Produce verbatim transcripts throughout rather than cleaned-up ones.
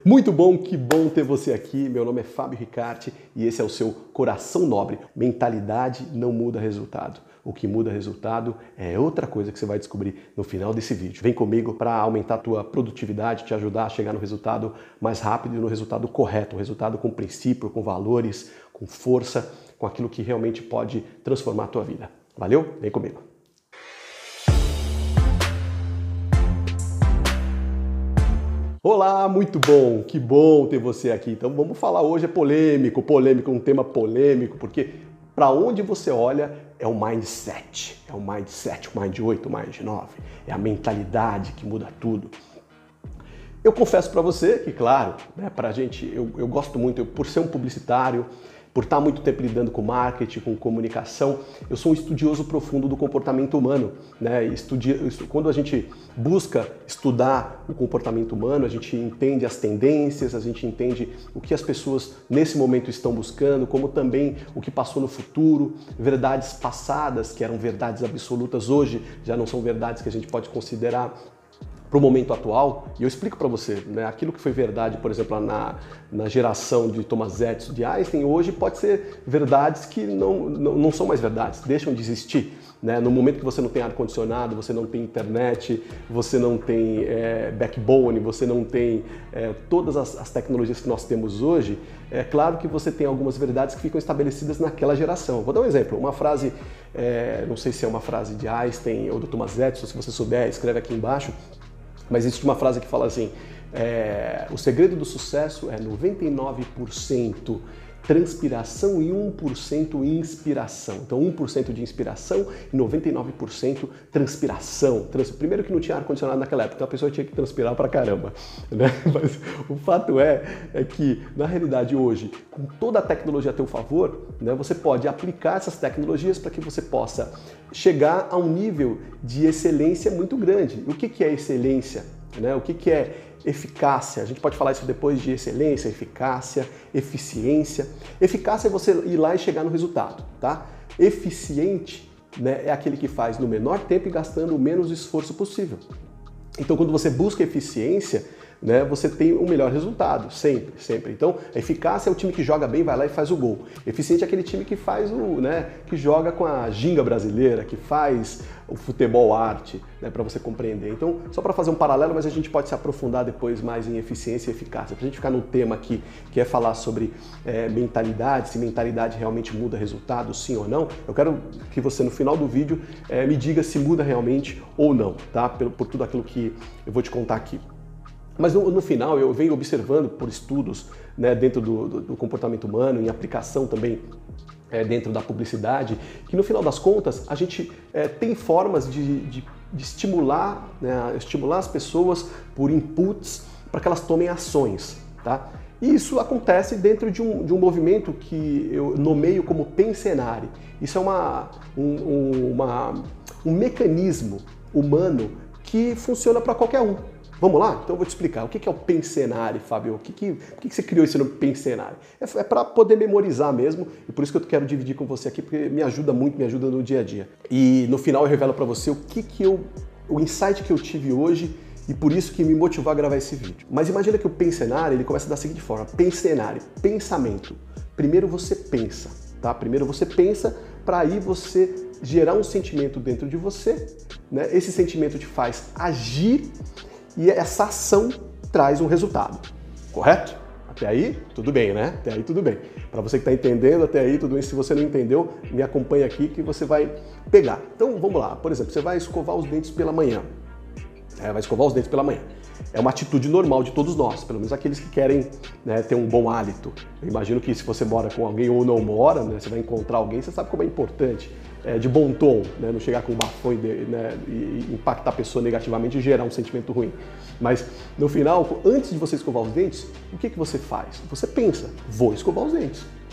Muito bom, que bom ter você aqui. Meu nome é Fábio Ricarte e esse é o seu Coração Nobre. Mentalidade não muda resultado. O que muda resultado é outra coisa que você vai descobrir no final desse vídeo. Vem comigo para aumentar a tua produtividade, te ajudar a chegar no resultado mais rápido e no resultado correto, um resultado com princípio, com valores, com força, com aquilo que realmente pode transformar a tua vida. Valeu? Vem comigo. Olá, muito bom, que bom ter você aqui. Então vamos falar hoje, é polêmico, polêmico, um tema polêmico, porque para onde você olha é o mindset, é o mindset, o mind oito, o mind nove, é a mentalidade que muda tudo. Eu confesso para você que, claro, né, pra gente, eu, eu gosto muito, eu, por ser um publicitário, por estar muito tempo lidando com marketing, com comunicação, eu sou um estudioso profundo do comportamento humano, né? Estudi... Quando a gente busca estudar o comportamento humano, a gente entende as tendências, a gente entende o que as pessoas nesse momento estão buscando, como também o que passou no futuro, verdades passadas que eram verdades absolutas hoje já não são verdades que a gente pode considerar para o momento atual, e eu explico para você, né, aquilo que foi verdade, por exemplo, na, na geração de Thomas Edison, de Einstein, hoje pode ser verdades que não, não, não são mais verdades, deixam de existir. Né? No momento que você não tem ar-condicionado, você não tem internet, você não tem é, backbone, você não tem é, todas as, as tecnologias que nós temos hoje, é claro que você tem algumas verdades que ficam estabelecidas naquela geração. Vou dar um exemplo, uma frase, é, não sei se é uma frase de Einstein ou do Thomas Edison, se você souber, escreve aqui embaixo. Mas existe uma frase que fala assim, é, o segredo do sucesso é noventa e nove por cento transpiração e um por cento inspiração. Então um por cento de inspiração e noventa e nove por cento transpiração. Trans... Primeiro que não tinha ar-condicionado naquela época, então a pessoa tinha que transpirar pra caramba. Né? Mas o fato é, é que, na realidade hoje, com toda a tecnologia a teu favor, né, você pode aplicar essas tecnologias para que você possa chegar a um nível de excelência muito grande. O que, que é excelência? Né? O que, que é eficácia? A gente pode falar isso depois de excelência, eficácia, eficiência. Eficácia é você ir lá e chegar no resultado, tá? Eficiente, né, é aquele que faz no menor tempo e gastando o menos esforço possível. Então, quando você busca eficiência, né, você tem um melhor resultado, sempre, sempre. Então, a eficácia é o time que joga bem, vai lá e faz o gol. Eficiente é aquele time que faz o, né, que joga com a ginga brasileira, que faz o futebol arte, né, para você compreender. Então, só para fazer um paralelo, mas a gente pode se aprofundar depois mais em eficiência e eficácia. Para a gente ficar num tema aqui que é falar sobre é, mentalidade, se mentalidade realmente muda resultado, sim ou não, eu quero que você no final do vídeo é, me diga se muda realmente ou não, tá? Por, por tudo aquilo que eu vou te contar aqui. Mas no, no final eu venho observando por estudos, né, dentro do, do, do comportamento humano, em aplicação também é, dentro da publicidade, que no final das contas a gente é, tem formas de, de, de estimular, né, estimular as pessoas por inputs para que elas tomem ações. Tá? E isso acontece dentro de um, de um movimento que eu nomeio como Pensenare. Isso é uma, um, um, uma, um mecanismo humano que funciona para qualquer um. Vamos lá? Então eu vou te explicar. O que é o Pensenare, Fábio? O que, que, por que você criou esse nome Pensenare? É, é para poder memorizar mesmo, e por isso que eu quero dividir com você aqui, porque me ajuda muito, me ajuda no dia a dia. E no final eu revelo para você o que, que eu, o insight que eu tive hoje, e por isso que me motivou a gravar esse vídeo. Mas imagina que o Pensenare, ele começa da seguinte forma: Pensenare, pensamento. Primeiro você pensa, tá? Primeiro você pensa, para aí você gerar um sentimento dentro de você, né? Esse sentimento te faz agir, e essa ação traz um resultado, correto? Até aí, tudo bem, né? Até aí, tudo bem. Para você que está entendendo, até aí, tudo bem. Se você não entendeu, me acompanha aqui que você vai pegar. Então, vamos lá. Por exemplo, você vai escovar os dentes pela manhã. É, vai escovar os dentes pela manhã. É uma atitude normal de todos nós, pelo menos aqueles que querem, né, ter um bom hálito. Eu imagino que se você mora com alguém ou não mora, né, você vai encontrar alguém, você sabe como é importante, é, de bom tom, né, não chegar com um bafão e, né, e impactar a pessoa negativamente e gerar um sentimento ruim. Mas no final, antes de você escovar os dentes, o que, que você faz? Você pensa, vou escovar os dentes.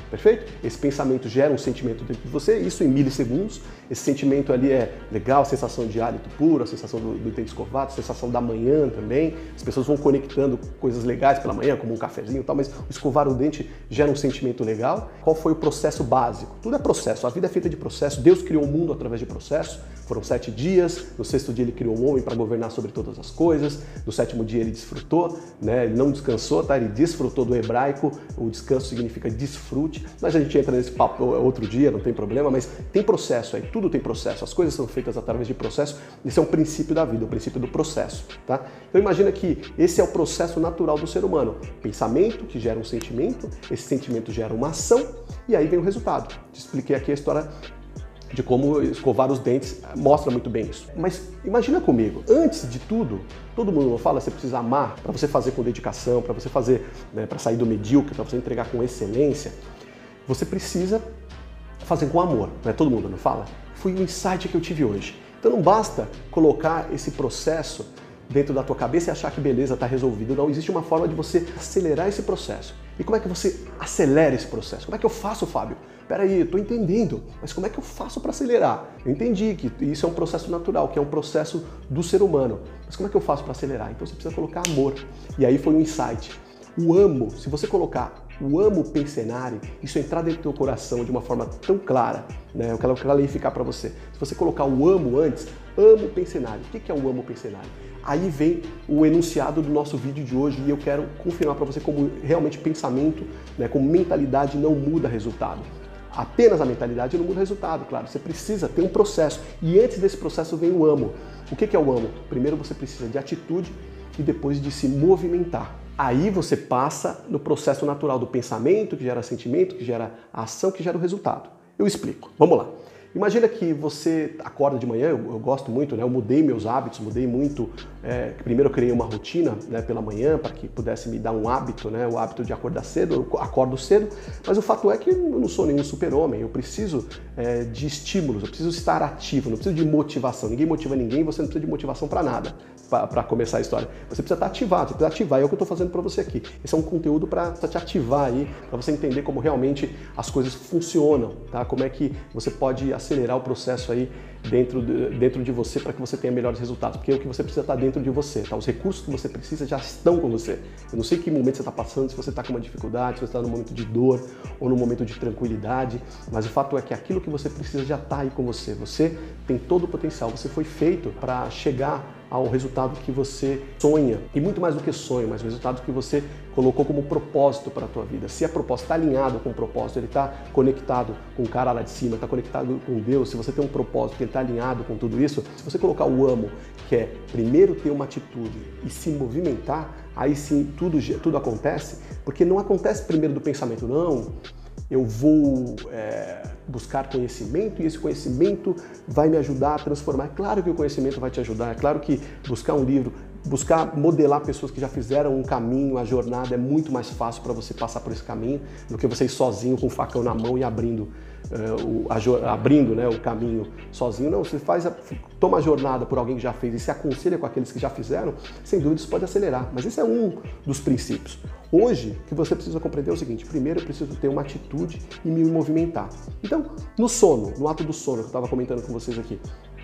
perfeito? Esse pensamento gera um sentimento dentro de você, isso em milissegundos. Esse sentimento ali é legal, a sensação de hálito puro, a sensação do, do dente escovado, a sensação da manhã também. As pessoas vão conectando coisas legais pela manhã, como um cafezinho e tal, mas o escovar o dente gera um sentimento legal. Qual foi o processo básico? Tudo é processo, a vida é feita de processo. Deus criou o mundo através de processo. Foram sete dias, no sexto dia ele criou o homem para governar sobre todas as coisas, no sétimo dia ele desfrutou, né? Ele não descansou, tá? Ele desfrutou do hebraico, o descanso significa desfrute, mas a gente entra nesse papo outro dia, não tem problema, mas tem processo aí, tudo tem processo, as coisas são feitas através de processo, esse é um princípio da vida, o princípio do processo, tá? Então imagina que esse é o processo natural do ser humano, pensamento que gera um sentimento, esse sentimento gera uma ação e aí vem o resultado. Te expliquei aqui a história de como escovar os dentes, mostra muito bem isso. Mas imagina comigo, antes de tudo, todo mundo não fala, você precisa amar para você fazer com dedicação, para você fazer, né, para sair do medíocre, para você entregar com excelência, você precisa fazer com amor, né? Todo mundo não fala? Foi o insight que eu tive hoje. Então não basta colocar esse processo dentro da tua cabeça e achar que beleza, está resolvido. Não, existe uma forma de você acelerar esse processo. E como é que você acelera esse processo? Como é que eu faço, Fábio? Peraí, eu estou entendendo, mas como é que eu faço para acelerar? Eu entendi que isso é um processo natural, que é um processo do ser humano. Mas como é que eu faço para acelerar? Então você precisa colocar amor. E aí foi um insight. O amo, se você colocar o amo pensenare, isso entrar dentro do teu coração de uma forma tão clara, né? Eu quero clarificar para você. Se você colocar o amo antes, amo pensenare. O que é o amo pensenare? Aí vem o enunciado do nosso vídeo de hoje e eu quero confirmar para você como realmente pensamento, né, como mentalidade não muda resultado. Apenas a mentalidade não muda resultado, claro. Você precisa ter um processo e antes desse processo vem o amo. O que é o amo? Primeiro você precisa de atitude e depois de se movimentar. Aí você passa no processo natural do pensamento, que gera sentimento, que gera a ação, que gera o resultado. Eu explico. Vamos lá. Imagina que você acorda de manhã, eu, eu gosto muito, né? Eu mudei meus hábitos, mudei muito. É, primeiro eu criei uma rotina, né, pela manhã para que pudesse me dar um hábito, né, o hábito de acordar cedo. Eu acordo cedo, mas o fato é que eu não sou nenhum super-homem. Eu preciso é, de estímulos, eu preciso estar ativo, não preciso de motivação. Ninguém motiva ninguém, você não precisa de motivação para nada para começar a história. Você precisa estar ativado, você precisa ativar. É o que eu estou fazendo para você aqui. Esse é um conteúdo para te ativar aí, para você entender como realmente as coisas funcionam, tá? Como é que você pode acelerar o processo aí dentro de, dentro de você para que você tenha melhores resultados, porque o que você precisa estar dentro de você, tá? Os recursos que você precisa já estão com você. Eu não sei que momento você está passando, se você está com uma dificuldade, se você está num momento de dor ou num momento de tranquilidade, mas o fato é que aquilo que você precisa já está aí com você. Você tem todo o potencial, você foi feito para chegar ao resultado que você sonha. E muito mais do que sonho, mas o resultado que você colocou como propósito para a tua vida. Se a proposta está alinhado com o propósito, ele está conectado com o cara lá de cima, está conectado com Deus, se você tem um propósito que ele está alinhado com tudo isso, se você colocar o amo, que é primeiro ter uma atitude e se movimentar, aí sim tudo, tudo acontece, porque não acontece primeiro do pensamento, não. Eu vou é, buscar conhecimento e esse conhecimento vai me ajudar a transformar. É claro que o conhecimento vai te ajudar, é claro que buscar um livro, buscar modelar pessoas que já fizeram um caminho, a jornada é muito mais fácil para você passar por esse caminho do que você ir sozinho com o facão na mão e abrindo, uh, o, a, abrindo né, o caminho sozinho. Não, você faz a, toma a jornada por alguém que já fez e se aconselha com aqueles que já fizeram, sem dúvida isso pode acelerar. Mas esse é um dos princípios. Hoje, o que você precisa compreender é o seguinte: primeiro eu preciso ter uma atitude e me movimentar. Então, no sono, no ato do sono que eu estava comentando com vocês aqui,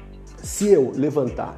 se eu levantar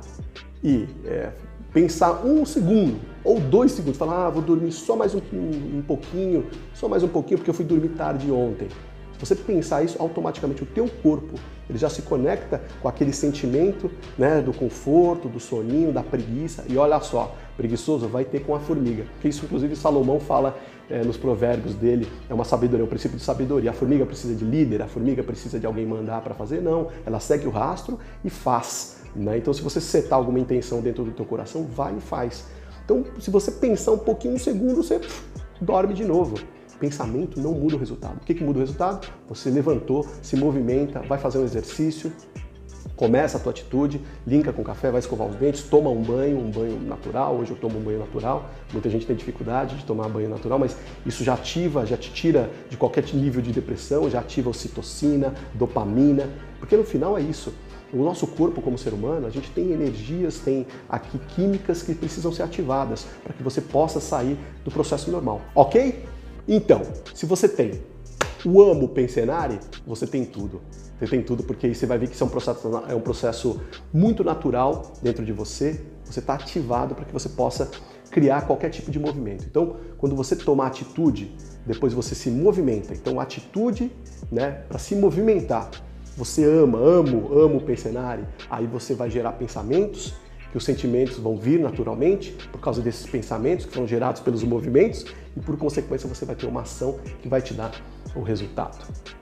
e é, pensar um segundo ou dois segundos, falar, ah, vou dormir só mais um, um, um pouquinho, só mais um pouquinho porque eu fui dormir tarde ontem. Se você pensar isso, automaticamente o teu corpo ele já se conecta com aquele sentimento, né, do conforto, do soninho, da preguiça. E olha só, preguiçoso vai ter com a formiga. Que isso, inclusive, Salomão fala é, nos provérbios dele, é uma sabedoria, é um princípio de sabedoria. A formiga precisa de líder, a formiga precisa de alguém mandar para fazer? Não, ela segue o rastro e faz. Né? Então, se você setar alguma intenção dentro do teu coração, vai e faz. Então, se você pensar um pouquinho, um segundo, você pff, dorme de novo. Pensamento não muda o resultado. O que, que muda o resultado? Você levantou, se movimenta, vai fazer um exercício, começa a tua atitude, linka com café, vai escovar os dentes, toma um banho, um banho natural. Hoje eu tomo um banho natural. Muita gente tem dificuldade de tomar banho natural, mas isso já ativa, já te tira de qualquer nível de depressão, já ativa ocitocina, dopamina, porque no final é isso. O nosso corpo como ser humano, a gente tem energias, tem aqui químicas que precisam ser ativadas para que você possa sair do processo normal, ok? Então, se você tem o amo pensenare, você tem tudo. Você tem tudo, porque aí você vai ver que isso é um processo, é um processo muito natural dentro de você. Você está ativado para que você possa criar qualquer tipo de movimento. Então, quando você toma atitude, depois você se movimenta. Então, atitude, né, para se movimentar. Você ama, amo, amo o pensenare, aí você vai gerar pensamentos, que os sentimentos vão vir naturalmente por causa desses pensamentos que foram gerados pelos movimentos e, por consequência, você vai ter uma ação que vai te dar o resultado.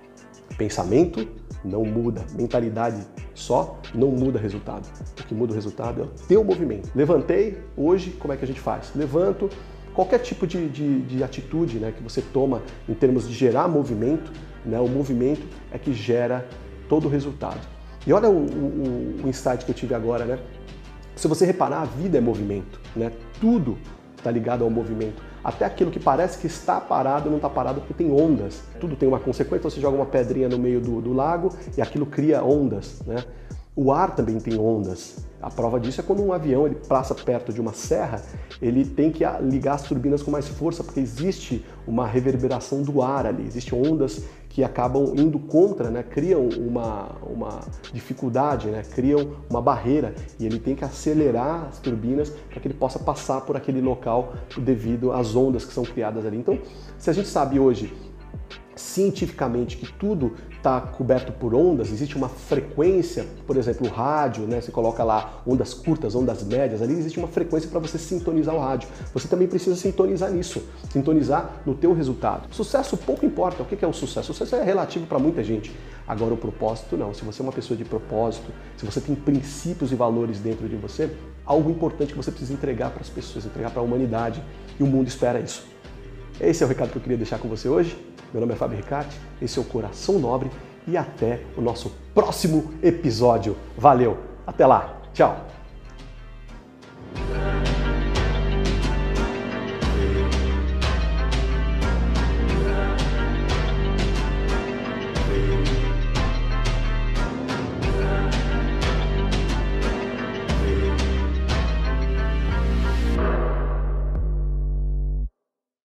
Pensamento não muda, mentalidade só não muda resultado. O que muda o resultado é o teu movimento. Levantei, hoje, como é que a gente faz? Levanto, qualquer tipo de, de, de atitude, né, que você toma em termos de gerar movimento, né, o movimento é que gera todo o resultado. E olha o, o, o insight que eu tive agora, né? Se você reparar, a vida é movimento, né? Tudo está ligado ao movimento. Até aquilo que parece que está parado não está parado porque tem ondas. Tudo tem uma consequência, você joga uma pedrinha no meio do, do lago e aquilo cria ondas, né? O ar também tem ondas. A prova disso é quando um avião ele passa perto de uma serra, ele tem que ligar as turbinas com mais força, porque existe uma reverberação do ar ali, existem ondas que acabam indo contra, né? Criam uma, uma dificuldade, né? Criam uma barreira e ele tem que acelerar as turbinas para que ele possa passar por aquele local devido às ondas que são criadas ali. Então, se a gente sabe hoje cientificamente que tudo está coberto por ondas, existe uma frequência, por exemplo, o rádio, né? Você coloca lá ondas curtas, ondas médias, ali existe uma frequência para você sintonizar o rádio. Você também precisa sintonizar nisso, sintonizar no teu resultado. Sucesso pouco importa. O que é o sucesso? O sucesso é relativo para muita gente. Agora o propósito não. Se você é uma pessoa de propósito, se você tem princípios e valores dentro de você, algo importante que você precisa entregar para as pessoas, entregar para a humanidade, e o mundo espera isso. Esse é o recado que eu queria deixar com você hoje. Meu nome é Fábio Ricarte, esse é o Coração Nobre e até o nosso próximo episódio. Valeu, até lá, tchau!